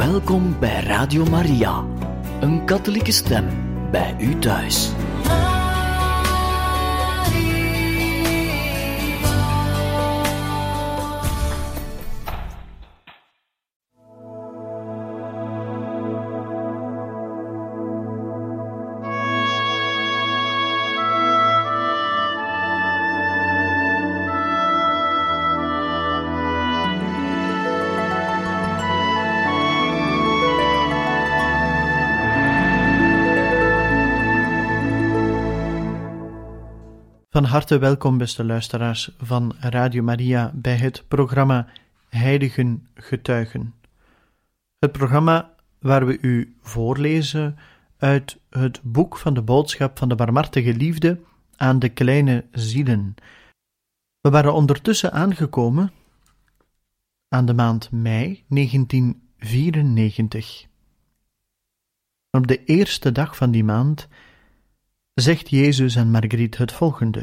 Welkom bij Radio Maria, een katholieke stem bij u thuis. Van harte welkom, beste luisteraars van Radio Maria, bij het programma Heiligen Getuigen. Het programma waar we u voorlezen uit het boek van de boodschap van de barmhartige liefde aan de kleine zielen. We waren ondertussen aangekomen aan de maand mei 1994. Op de eerste dag van die maand zegt Jezus aan Margriet het volgende: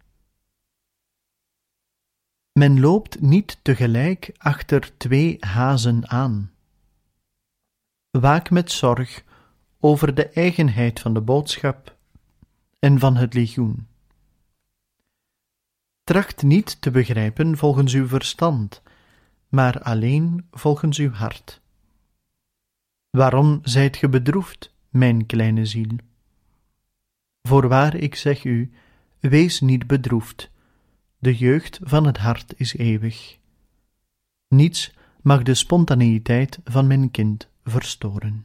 Men loopt niet tegelijk achter 2 hazen aan. Waak met zorg over de eigenheid van de boodschap en van het legioen. Tracht niet te begrijpen volgens uw verstand, maar alleen volgens uw hart. Waarom zijt ge bedroefd, mijn kleine ziel? Voorwaar, ik zeg u, wees niet bedroefd. De jeugd van het hart is eeuwig. Niets mag de spontaneïteit van mijn kind verstoren.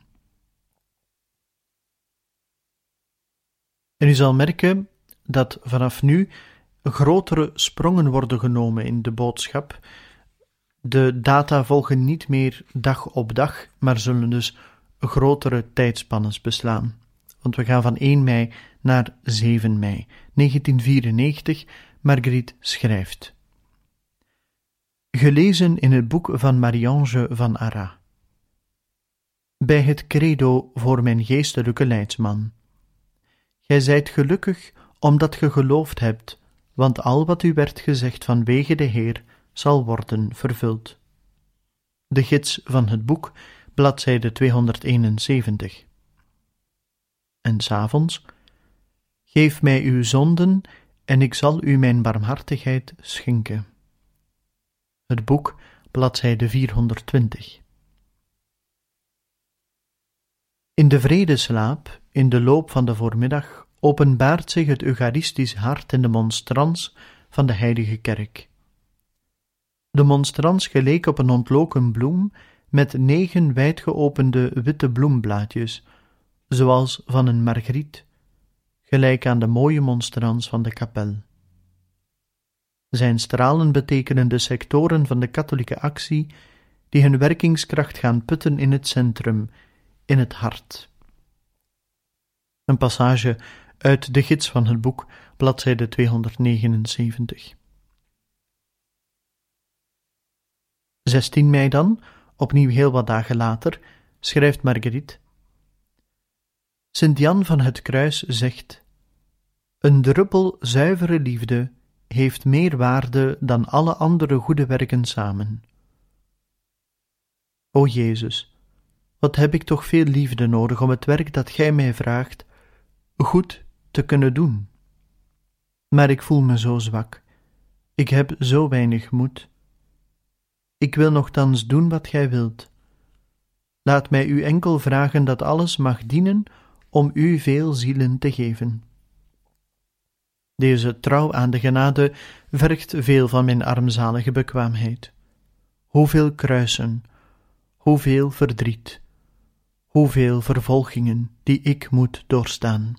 En u zal merken dat vanaf nu grotere sprongen worden genomen in de boodschap. De data volgen niet meer dag op dag, maar zullen dus grotere tijdspannes beslaan. Want we gaan van 1 mei naar 7 mei 1994. Margriet schrijft. Gelezen in het boek van Marie-Ange van Arras. Bij het credo voor mijn geestelijke leidsman. Gij zijt gelukkig omdat ge geloofd hebt, want al wat u werd gezegd vanwege de Heer zal worden vervuld. De gids van het boek, bladzijde 271. En 's avonds: Geef mij uw zonden en ik zal u mijn barmhartigheid schenken. Het boek, bladzijde 420. In de vredeslaap, in de loop van de voormiddag, openbaart zich het eucharistisch hart in de monstrans van de heilige kerk. De monstrans geleek op een ontloken bloem met 9 wijdgeopende witte bloemblaadjes, zoals van een margriet, gelijk aan de mooie monstrans van de kapel. Zijn stralen betekenen de sectoren van de katholieke actie die hun werkingskracht gaan putten in het centrum, in het hart. Een passage uit de gids van het boek, bladzijde 279. 16 mei dan, opnieuw heel wat dagen later, schrijft Margriet: Sint Jan van het Kruis zegt: Een druppel zuivere liefde heeft meer waarde dan alle andere goede werken samen. O Jezus, wat heb ik toch veel liefde nodig om het werk dat Gij mij vraagt goed te kunnen doen. Maar ik voel me zo zwak, ik heb zo weinig moed. Ik wil nochtans doen wat Gij wilt. Laat mij u enkel vragen dat alles mag dienen om u veel zielen te geven. Deze trouw aan de genade vergt veel van mijn armzalige bekwaamheid. Hoeveel kruisen, hoeveel verdriet, hoeveel vervolgingen die ik moet doorstaan.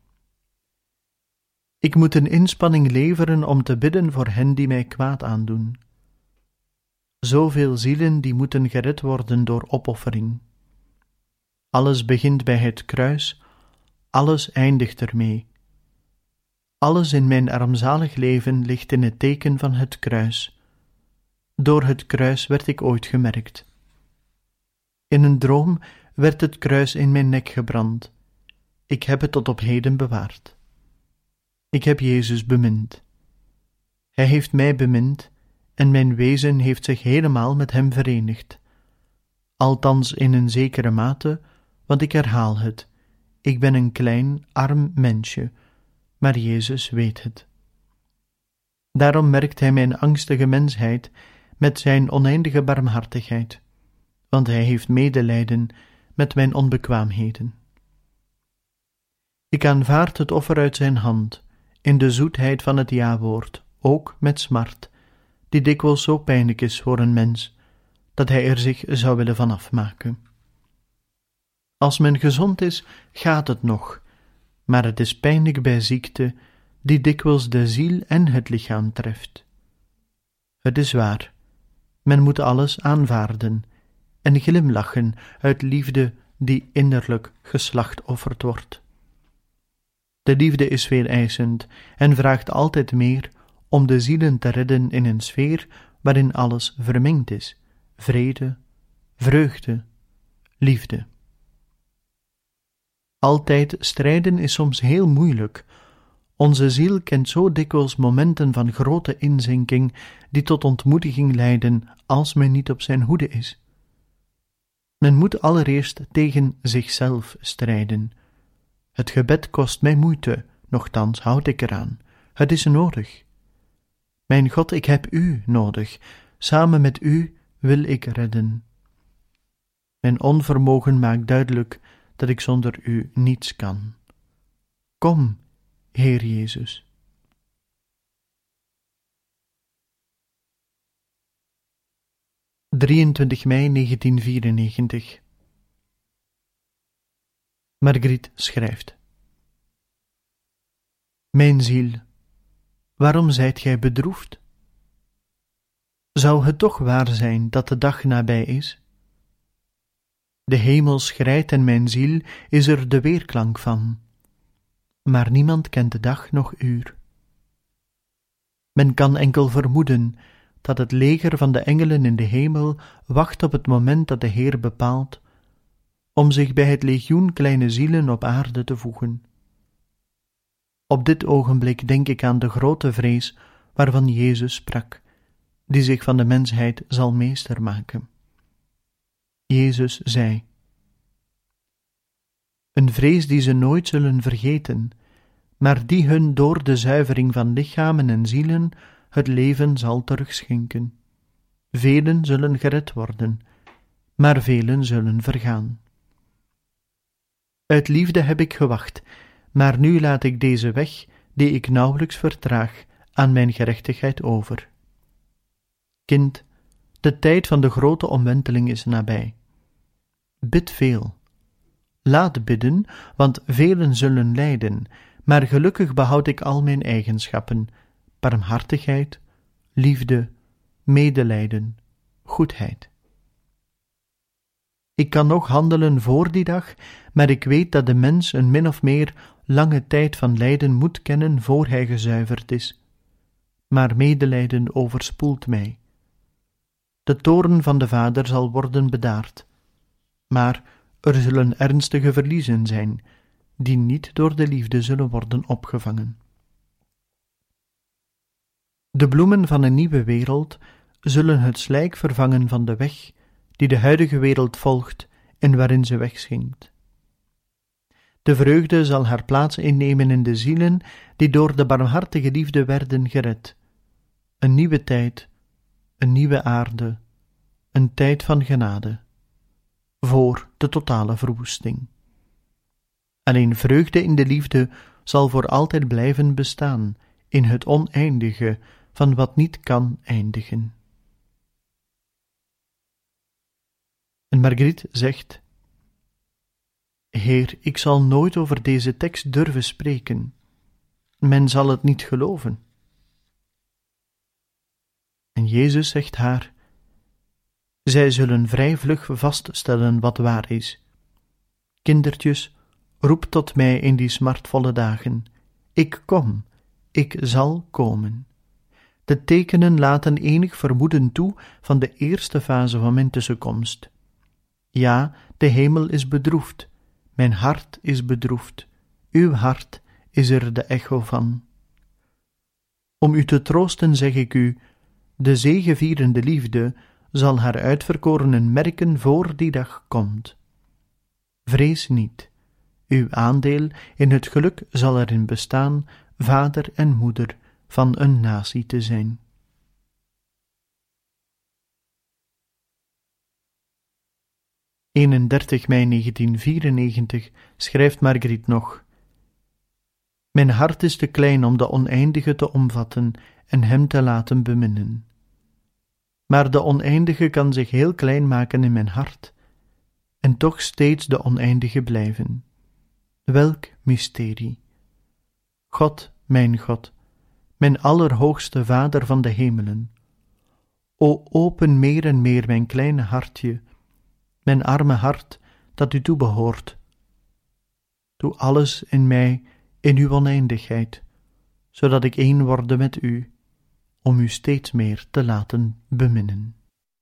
Ik moet een inspanning leveren om te bidden voor hen die mij kwaad aandoen. Zoveel zielen die moeten gered worden door opoffering. Alles begint bij het kruis, alles eindigt ermee. Alles in mijn armzalig leven ligt in het teken van het kruis. Door het kruis werd ik ooit gemerkt. In een droom werd het kruis in mijn nek gebrand. Ik heb het tot op heden bewaard. Ik heb Jezus bemind. Hij heeft mij bemind en mijn wezen heeft zich helemaal met hem verenigd. althans in een zekere mate, want ik herhaal het, ik ben een klein, arm mensje, maar Jezus weet het. Daarom merkt hij mijn angstige mensheid met zijn oneindige barmhartigheid, want hij heeft medelijden met mijn onbekwaamheden. Ik aanvaard het offer uit zijn hand, in de zoetheid van het ja-woord, ook met smart, die dikwijls zo pijnlijk is voor een mens, dat hij er zich zou willen van afmaken. Als men gezond is, gaat het nog, maar het is pijnlijk bij ziekte, die dikwijls de ziel en het lichaam treft. Het is waar, men moet alles aanvaarden en glimlachen uit liefde die innerlijk geslachtofferd wordt. De liefde is veeleisend en vraagt altijd meer om de zielen te redden in een sfeer waarin alles vermengd is, vrede, vreugde, liefde. Altijd strijden is soms heel moeilijk. Onze ziel kent zo dikwijls momenten van grote inzinking die tot ontmoediging leiden als men niet op zijn hoede is. Men moet allereerst tegen zichzelf strijden. Het gebed kost mij moeite, nochtans houd ik eraan. Het is nodig. Mijn God, ik heb u nodig. Samen met u wil ik redden. Mijn onvermogen maakt duidelijk dat ik zonder u niets kan. Kom, Heer Jezus. ...23 mei 1994. Marguerite schrijft: Mijn ziel, waarom zijt gij bedroefd? Zou het toch waar zijn dat de dag nabij is? De hemel schrijt en mijn ziel is er de weerklank van, maar niemand kent de dag noch uur. Men kan enkel vermoeden dat het leger van de engelen in de hemel wacht op het moment dat de Heer bepaalt om zich bij het legioen kleine zielen op aarde te voegen. Op dit ogenblik denk ik aan de grote vrees waarvan Jezus sprak, die zich van de mensheid zal meester maken. Jezus zei: een vrees die ze nooit zullen vergeten, maar die hun door de zuivering van lichamen en zielen het leven zal terugschenken. Velen zullen gered worden, maar velen zullen vergaan. Uit liefde heb ik gewacht, maar nu laat ik deze weg, die ik nauwelijks vertraag, aan mijn gerechtigheid over. Kind, de tijd van de grote omwenteling is nabij. Bid veel. Laat bidden, want velen zullen lijden, maar gelukkig behoud ik al mijn eigenschappen: barmhartigheid, liefde, medelijden, goedheid. Ik kan nog handelen voor die dag, maar ik weet dat de mens een min of meer lange tijd van lijden moet kennen voor hij gezuiverd is. Maar medelijden overspoelt mij. De toorn van de Vader zal worden bedaard, maar er zullen ernstige verliezen zijn, die niet door de liefde zullen worden opgevangen. De bloemen van een nieuwe wereld zullen het slijk vervangen van de weg die de huidige wereld volgt en waarin ze wegschinkt. De vreugde zal haar plaats innemen in de zielen die door de barmhartige liefde werden gered. Een nieuwe tijd, een nieuwe aarde, een tijd van genade, voor de totale verwoesting. Alleen vreugde in de liefde zal voor altijd blijven bestaan in het oneindige van wat niet kan eindigen. En Marguerite zegt: Heer, ik zal nooit over deze tekst durven spreken. Men zal het niet geloven. En Jezus zegt haar: zij zullen vrij vlug vaststellen wat waar is. Kindertjes, roep tot mij in die smartvolle dagen. Ik kom, ik zal komen. De tekenen laten enig vermoeden toe van de eerste fase van mijn tussenkomst. Ja, de hemel is bedroefd, mijn hart is bedroefd, uw hart is er de echo van. Om u te troosten zeg ik u, de zegevierende liefde zal haar uitverkorenen merken voor die dag komt. Vrees niet, uw aandeel in het geluk zal erin bestaan vader en moeder van een natie te zijn. (31 mei 1994) schrijft Marguerite nog: Mijn hart is te klein om de oneindige te omvatten en hem te laten beminnen. Maar de oneindige kan zich heel klein maken in mijn hart, en toch steeds de oneindige blijven. Welk mysterie! God, mijn allerhoogste Vader van de hemelen, o open meer en meer mijn kleine hartje, mijn arme hart dat u toebehoort. Doe alles in mij in uw oneindigheid, zodat ik één worde met u, om u steeds meer te laten beminnen.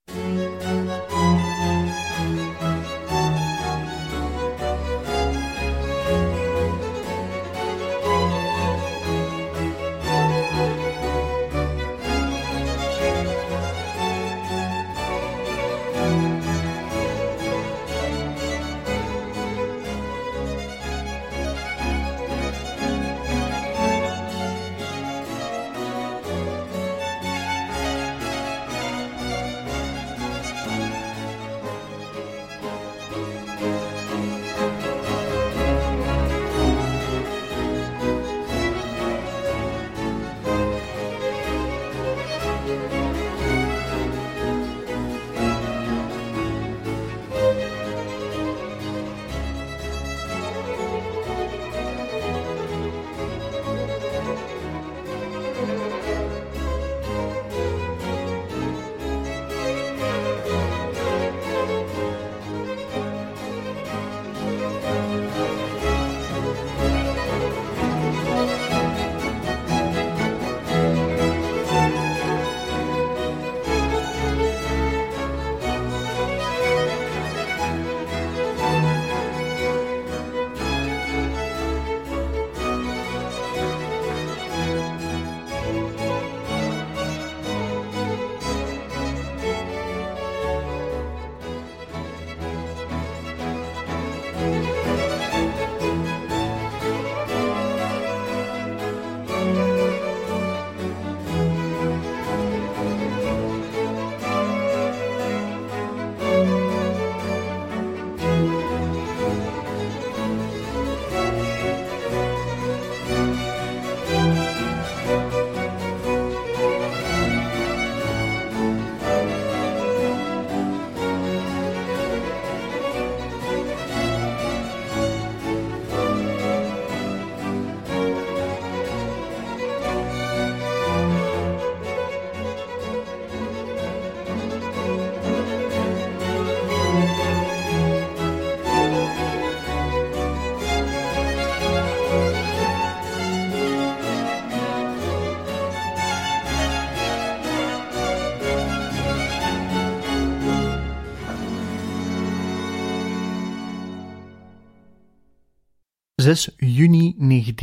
Juni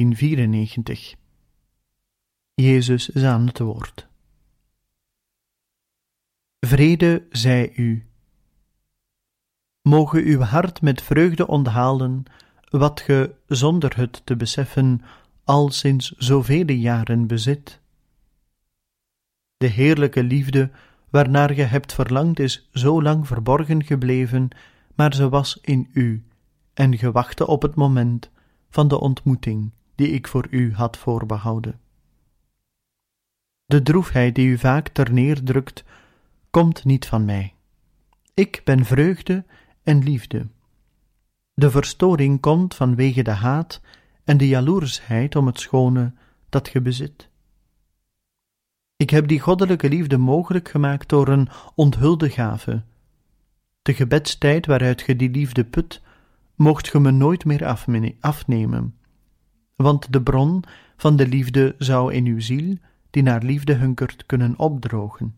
1994. Jezus is aan het woord. Vrede zij u. Moge uw hart met vreugde onthalen wat ge, zonder het te beseffen, al sinds zoveel jaren bezit. De heerlijke liefde waarnaar ge hebt verlangd is zo lang verborgen gebleven, maar ze was in u, en ge wachtte op het moment van de ontmoeting die ik voor u had voorbehouden. De droefheid die u vaak terneerdrukt, komt niet van mij. Ik ben vreugde en liefde. De verstoring komt vanwege de haat en de jaloersheid om het schone dat ge bezit. Ik heb die goddelijke liefde mogelijk gemaakt door een onthulde gave. De gebedstijd waaruit ge die liefde put, moogt ge me nooit meer afnemen, want de bron van de liefde zou in uw ziel, die naar liefde hunkert, kunnen opdrogen.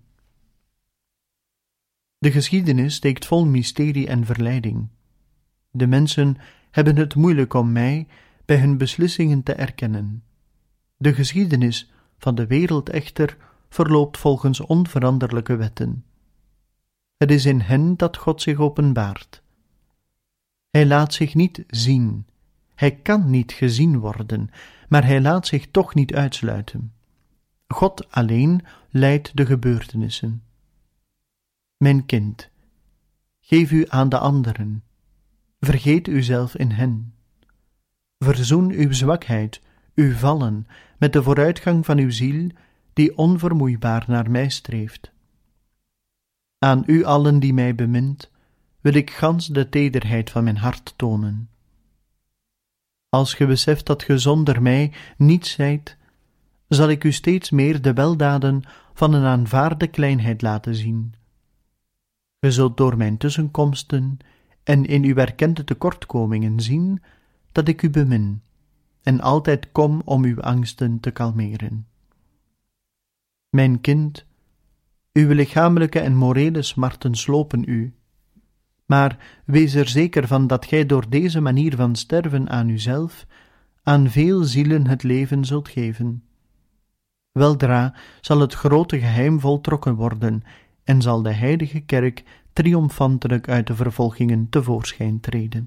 De geschiedenis steekt vol mysterie en verleiding. De mensen hebben het moeilijk om mij bij hun beslissingen te erkennen. De geschiedenis van de wereld echter verloopt volgens onveranderlijke wetten. Het is in hen dat God zich openbaart. Hij laat zich niet zien. Hij kan niet gezien worden, maar hij laat zich toch niet uitsluiten. God alleen leidt de gebeurtenissen. Mijn kind, geef u aan de anderen. Vergeet uzelf in hen. Verzoen uw zwakheid, uw vallen, met de vooruitgang van uw ziel, die onvermoeibaar naar mij streeft. Aan u allen die mij bemint, wil ik gans de tederheid van mijn hart tonen. Als ge beseft dat ge zonder mij niets zijt, zal ik u steeds meer de weldaden van een aanvaarde kleinheid laten zien. Ge zult door mijn tussenkomsten en in uw erkende tekortkomingen zien dat ik u bemin en altijd kom om uw angsten te kalmeren. Mijn kind, uw lichamelijke en morele smarten slopen u, maar wees er zeker van dat gij door deze manier van sterven aan uzelf aan veel zielen het leven zult geven. Weldra zal het grote geheim voltrokken worden en zal de heilige kerk triomfantelijk uit de vervolgingen tevoorschijn treden.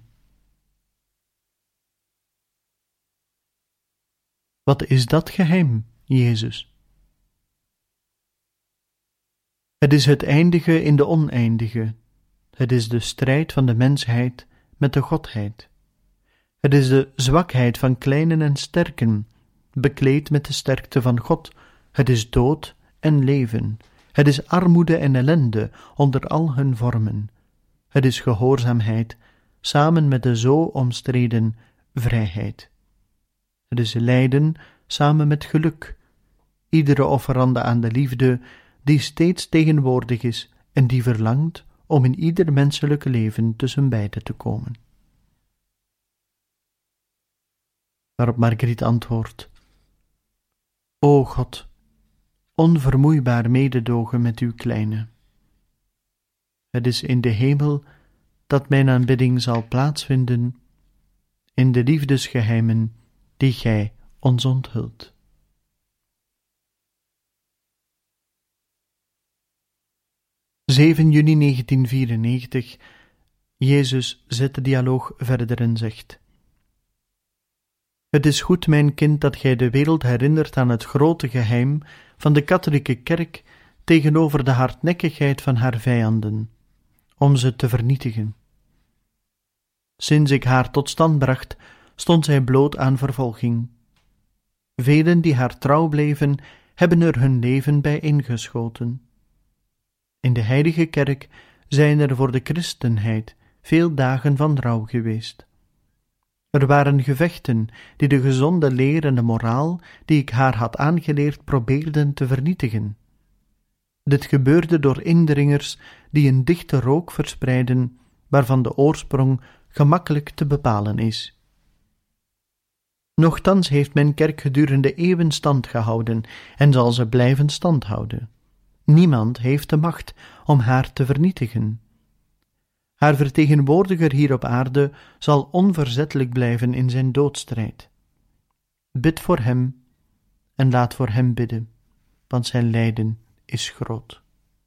Wat is dat geheim, Jezus? Het is het eindige in de oneindige. Het is de strijd van de mensheid met de Godheid. Het is de zwakheid van kleinen en sterken, bekleed met de sterkte van God. Het is dood en leven. Het is armoede en ellende onder al hun vormen. Het is gehoorzaamheid, samen met de zo omstreden vrijheid. Het is lijden, samen met geluk. Iedere offerande aan de liefde, die steeds tegenwoordig is en die verlangt om in ieder menselijk leven tussen beiden te komen. Waarop Marguerite antwoordt: O God, onvermoeibaar mededogen met uw kleine. Het is in de hemel dat mijn aanbidding zal plaatsvinden, in de liefdesgeheimen die gij ons onthult. ...7 juni 1994, Jezus zet de dialoog verder en zegt: Het is goed, mijn kind, dat gij de wereld herinnert aan het grote geheim van de katholieke kerk tegenover de hardnekkigheid van haar vijanden, om ze te vernietigen. Sinds ik haar tot stand bracht, stond zij bloot aan vervolging. Velen die haar trouw bleven, hebben er hun leven bij ingeschoten. In de heilige kerk zijn er voor de christenheid veel dagen van rouw geweest. Er waren gevechten die de gezonde leer en de moraal die ik haar had aangeleerd probeerden te vernietigen. Dit gebeurde door indringers die een dichte rook verspreiden, waarvan de oorsprong gemakkelijk te bepalen is. Nochtans heeft mijn kerk gedurende eeuwen stand gehouden en zal ze blijven stand houden. Niemand heeft de macht om haar te vernietigen. Haar vertegenwoordiger hier op aarde zal onverzettelijk blijven in zijn doodstrijd. Bid voor hem en laat voor hem bidden, want zijn lijden is groot.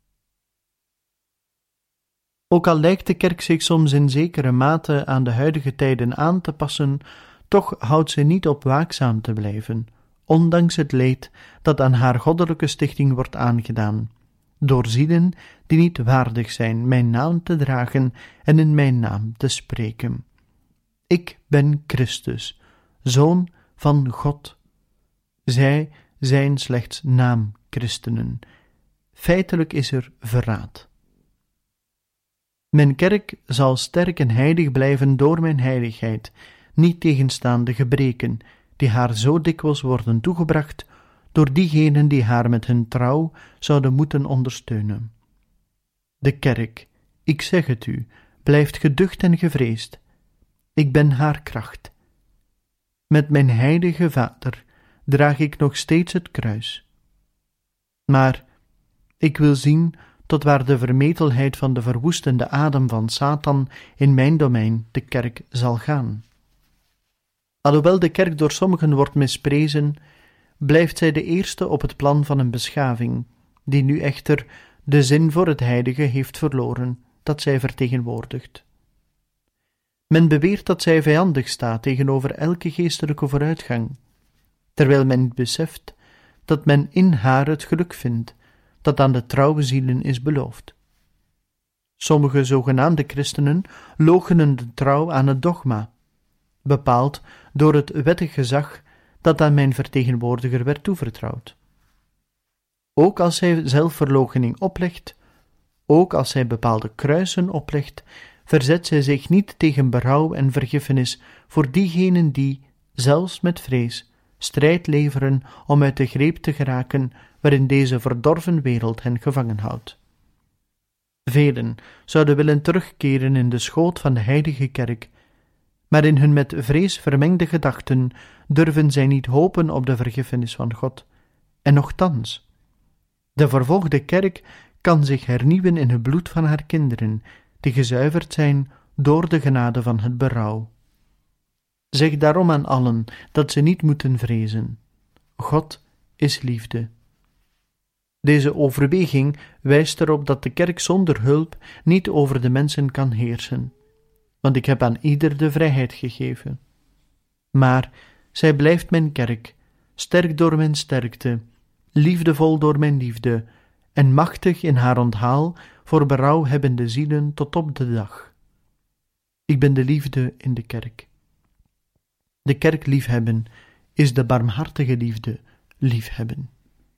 Ook al lijkt de kerk zich soms in zekere mate aan de huidige tijden aan te passen, toch houdt ze niet op waakzaam te blijven, ondanks het leed dat aan haar goddelijke stichting wordt aangedaan, door zielen die niet waardig zijn mijn naam te dragen en in mijn naam te spreken. Ik ben Christus, Zoon van God. Zij zijn slechts naamchristenen. Feitelijk is er verraad. Mijn kerk zal sterk en heilig blijven door mijn heiligheid, niet tegenstaande gebreken, die haar zo dikwijls worden toegebracht door diegenen die haar met hun trouw zouden moeten ondersteunen. De kerk, ik zeg het u, blijft geducht en gevreesd. Ik ben haar kracht. Met mijn heilige Vader draag ik nog steeds het kruis. Maar ik wil zien tot waar de vermetelheid van de verwoestende adem van Satan in mijn domein, de kerk, zal gaan. Alhoewel de kerk door sommigen wordt misprezen, blijft zij de eerste op het plan van een beschaving, die nu echter de zin voor het heilige heeft verloren dat zij vertegenwoordigt. Men beweert dat zij vijandig staat tegenover elke geestelijke vooruitgang, terwijl men niet beseft dat men in haar het geluk vindt dat aan de trouwe zielen is beloofd. Sommige zogenaamde christenen loochenen de trouw aan het dogma, bepaald door het wettig gezag dat aan mijn vertegenwoordiger werd toevertrouwd. Ook als zij zelfverloochening oplegt, ook als zij bepaalde kruisen oplegt, verzet zij zich niet tegen berouw en vergiffenis voor diegenen die, zelfs met vrees, strijd leveren om uit de greep te geraken waarin deze verdorven wereld hen gevangen houdt. Velen zouden willen terugkeren in de schoot van de heilige kerk, maar in hun met vrees vermengde gedachten durven zij niet hopen op de vergiffenis van God. En nochtans, de vervolgde kerk kan zich hernieuwen in het bloed van haar kinderen, die gezuiverd zijn door de genade van het berouw. Zeg daarom aan allen dat ze niet moeten vrezen. God is liefde. Deze overweging wijst erop dat de kerk zonder hulp niet over de mensen kan heersen, want ik heb aan ieder de vrijheid gegeven. Maar zij blijft mijn kerk, sterk door mijn sterkte, liefdevol door mijn liefde, en machtig in haar onthaal voor berouw hebbende zielen tot op de dag. Ik ben de liefde in de kerk. De kerk liefhebben is de barmhartige liefde liefhebben.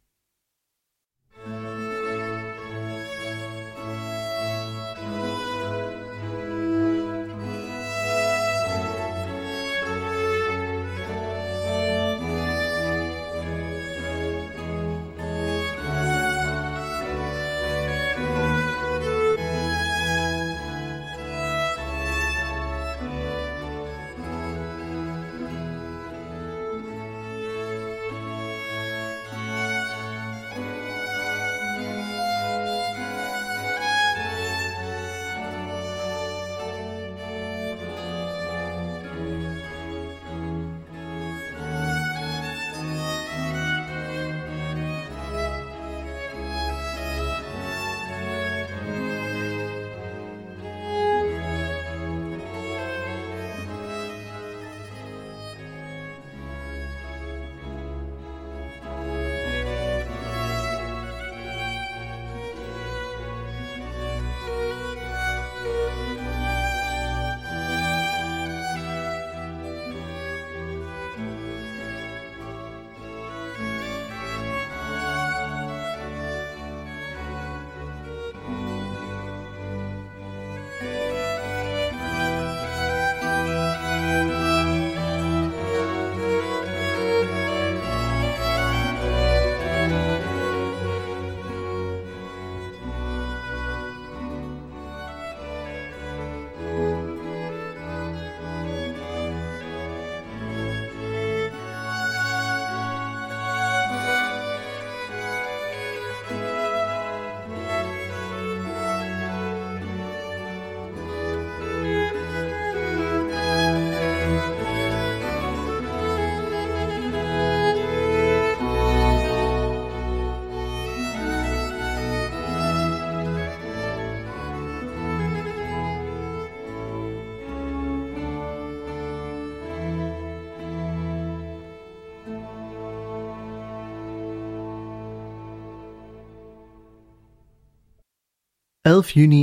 (11 juni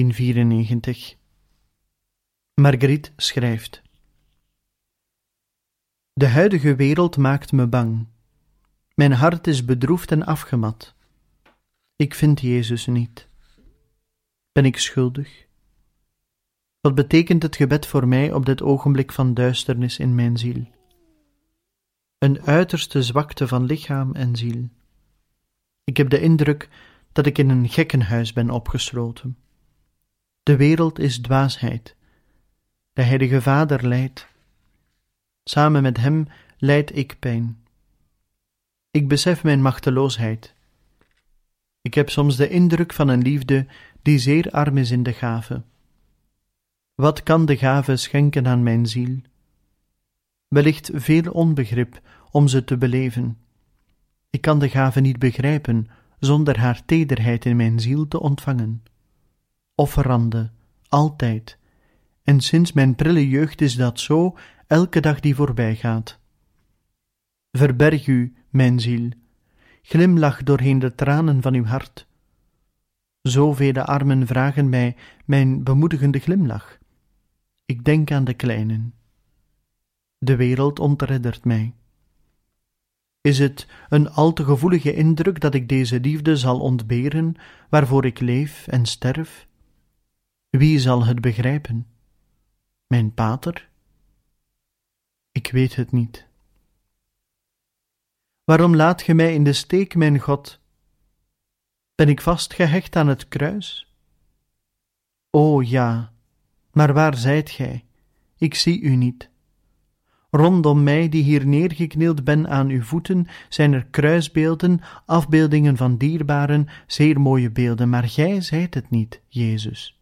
1994). Marguerite schrijft: De huidige wereld maakt me bang. Mijn hart is bedroefd en afgemat. Ik vind Jezus niet. Ben ik schuldig? Wat betekent het gebed voor mij op dit ogenblik van duisternis in mijn ziel? Een uiterste zwakte van lichaam en ziel. Ik heb de indruk dat ik in een gekkenhuis ben opgesloten. De wereld is dwaasheid. De Heilige Vader lijdt. Samen met hem lijd ik pijn. Ik besef mijn machteloosheid. Ik heb soms de indruk van een liefde die zeer arm is in de gave. Wat kan de gave schenken aan mijn ziel? Wellicht veel onbegrip om ze te beleven. Ik kan de gave niet begrijpen, zonder haar tederheid in mijn ziel te ontvangen. Offerande, altijd, en sinds mijn prille jeugd is dat zo, elke dag die voorbij gaat. Verberg u, mijn ziel, glimlach doorheen de tranen van uw hart. Zovele armen vragen mij mijn bemoedigende glimlach. Ik denk aan de kleinen. De wereld ontreddert mij. Is het een al te gevoelige indruk dat ik deze liefde zal ontberen, waarvoor ik leef en sterf? Wie zal het begrijpen? Mijn pater? Ik weet het niet. Waarom laat ge mij in de steek, mijn God? Ben ik vastgehecht aan het kruis? O ja, maar waar zijt gij? Ik zie u niet. Rondom mij, die hier neergeknield ben aan uw voeten, zijn er kruisbeelden, afbeeldingen van dierbaren, zeer mooie beelden, maar gij zijt het niet, Jezus.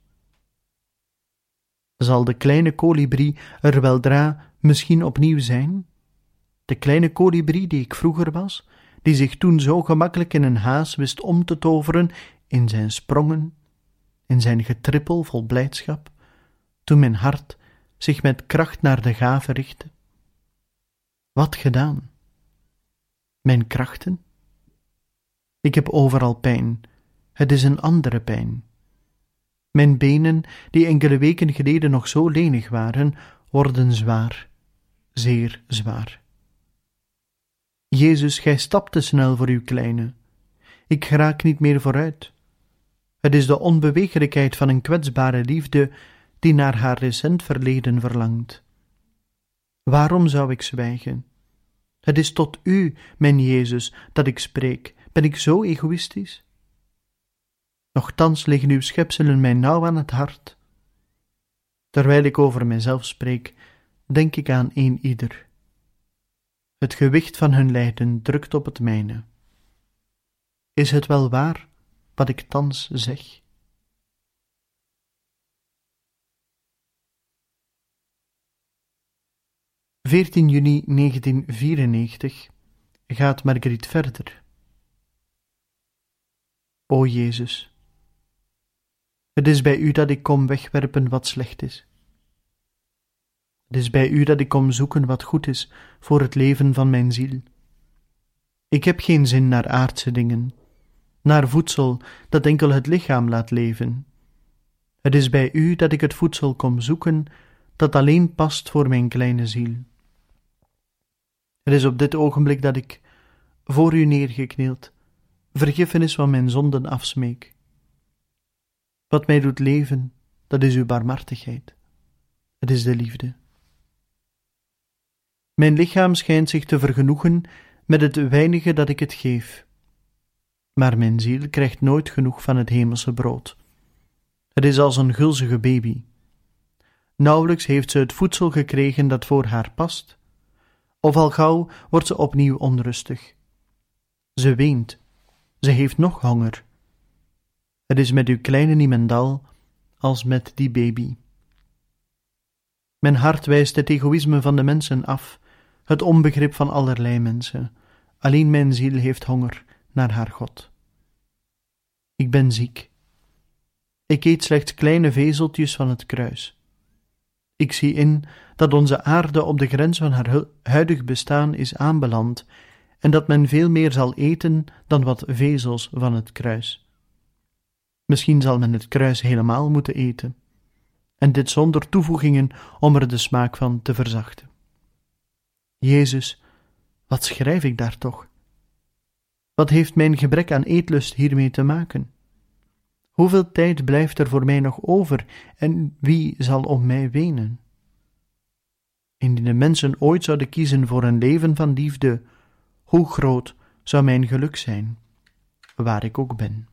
Zal de kleine kolibrie er weldra misschien opnieuw zijn? De kleine kolibrie die ik vroeger was, die zich toen zo gemakkelijk in een haas wist om te toveren in zijn sprongen, in zijn getrippel vol blijdschap, toen mijn hart zich met kracht naar de gave richtte. Wat gedaan? Mijn krachten? Ik heb overal pijn, het is een andere pijn. Mijn benen, die enkele weken geleden nog zo lenig waren, worden zwaar, zeer zwaar. Jezus, gij stapt te snel voor uw kleine. Ik geraak niet meer vooruit. Het is de onbeweeglijkheid van een kwetsbare liefde die naar haar recent verleden verlangt. Waarom zou ik zwijgen? Het is tot u, mijn Jezus, dat ik spreek. Ben ik zo egoïstisch? Nochtans liggen uw schepselen mij nauw aan het hart. Terwijl ik over mijzelf spreek, denk ik aan een ieder. Het gewicht van hun lijden drukt op het mijne. Is het wel waar wat ik thans zeg? ...14 juni 1994 gaat Marguerite verder. O Jezus, het is bij u dat ik kom wegwerpen wat slecht is. Het is bij u dat ik kom zoeken wat goed is voor het leven van mijn ziel. Ik heb geen zin naar aardse dingen, naar voedsel dat enkel het lichaam laat leven. Het is bij u dat ik het voedsel kom zoeken dat alleen past voor mijn kleine ziel. Het is op dit ogenblik dat ik, voor u neergeknield, vergiffenis van mijn zonden afsmeek. Wat mij doet leven, dat is uw barmhartigheid. Het is de liefde. Mijn lichaam schijnt zich te vergenoegen met het weinige dat ik het geef. Maar mijn ziel krijgt nooit genoeg van het hemelse brood. Het is als een gulzige baby. Nauwelijks heeft ze het voedsel gekregen dat voor haar past, of al gauw wordt ze opnieuw onrustig. Ze weent, ze heeft nog honger. Het is met uw kleine niemendal als met die baby. Mijn hart wijst het egoïsme van de mensen af, het onbegrip van allerlei mensen. Alleen mijn ziel heeft honger naar haar God. Ik ben ziek. Ik eet slechts kleine vezeltjes van het kruis. Ik zie in dat onze aarde op de grens van haar huidig bestaan is aanbeland en dat men veel meer zal eten dan wat vezels van het kruis. Misschien zal men het kruis helemaal moeten eten, en dit zonder toevoegingen om er de smaak van te verzachten. Jezus, wat schrijf ik daar toch? Wat heeft mijn gebrek aan eetlust hiermee te maken? Hoeveel tijd blijft er voor mij nog over en wie zal om mij wenen? Indien de mensen ooit zouden kiezen voor een leven van liefde, hoe groot zou mijn geluk zijn, waar ik ook ben.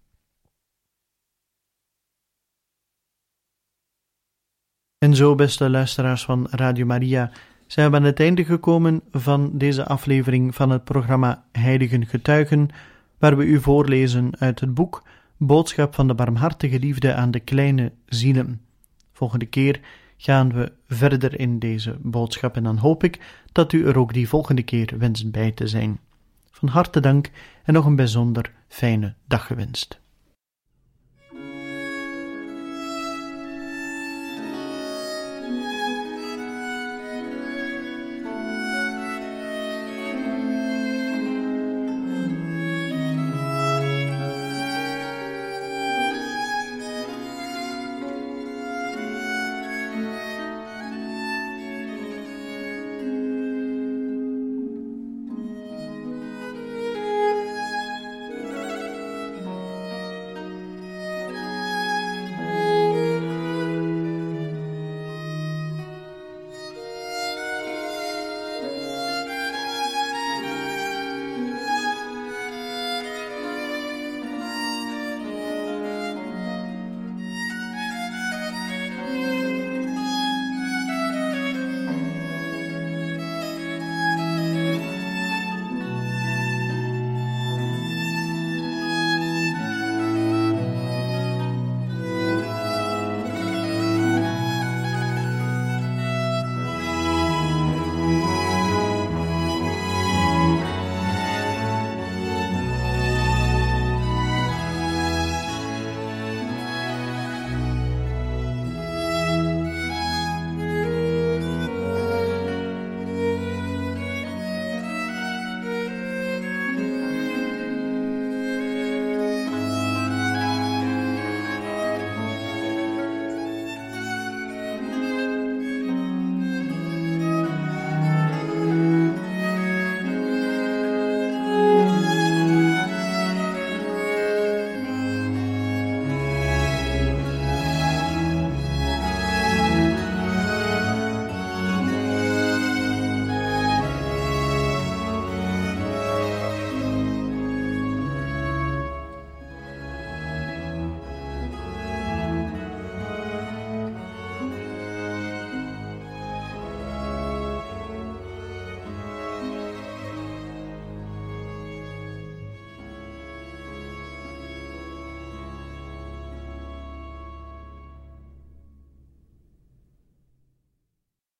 En zo, beste luisteraars van Radio Maria, zijn we aan het einde gekomen van deze aflevering van het programma Heiligen Getuigen, waar we u voorlezen uit het boek Boodschap van de barmhartige liefde aan de kleine zielen. Volgende keer gaan we verder in deze boodschap en dan hoop ik dat u er ook die volgende keer wenst bij te zijn. Van harte dank en nog een bijzonder fijne dag gewenst.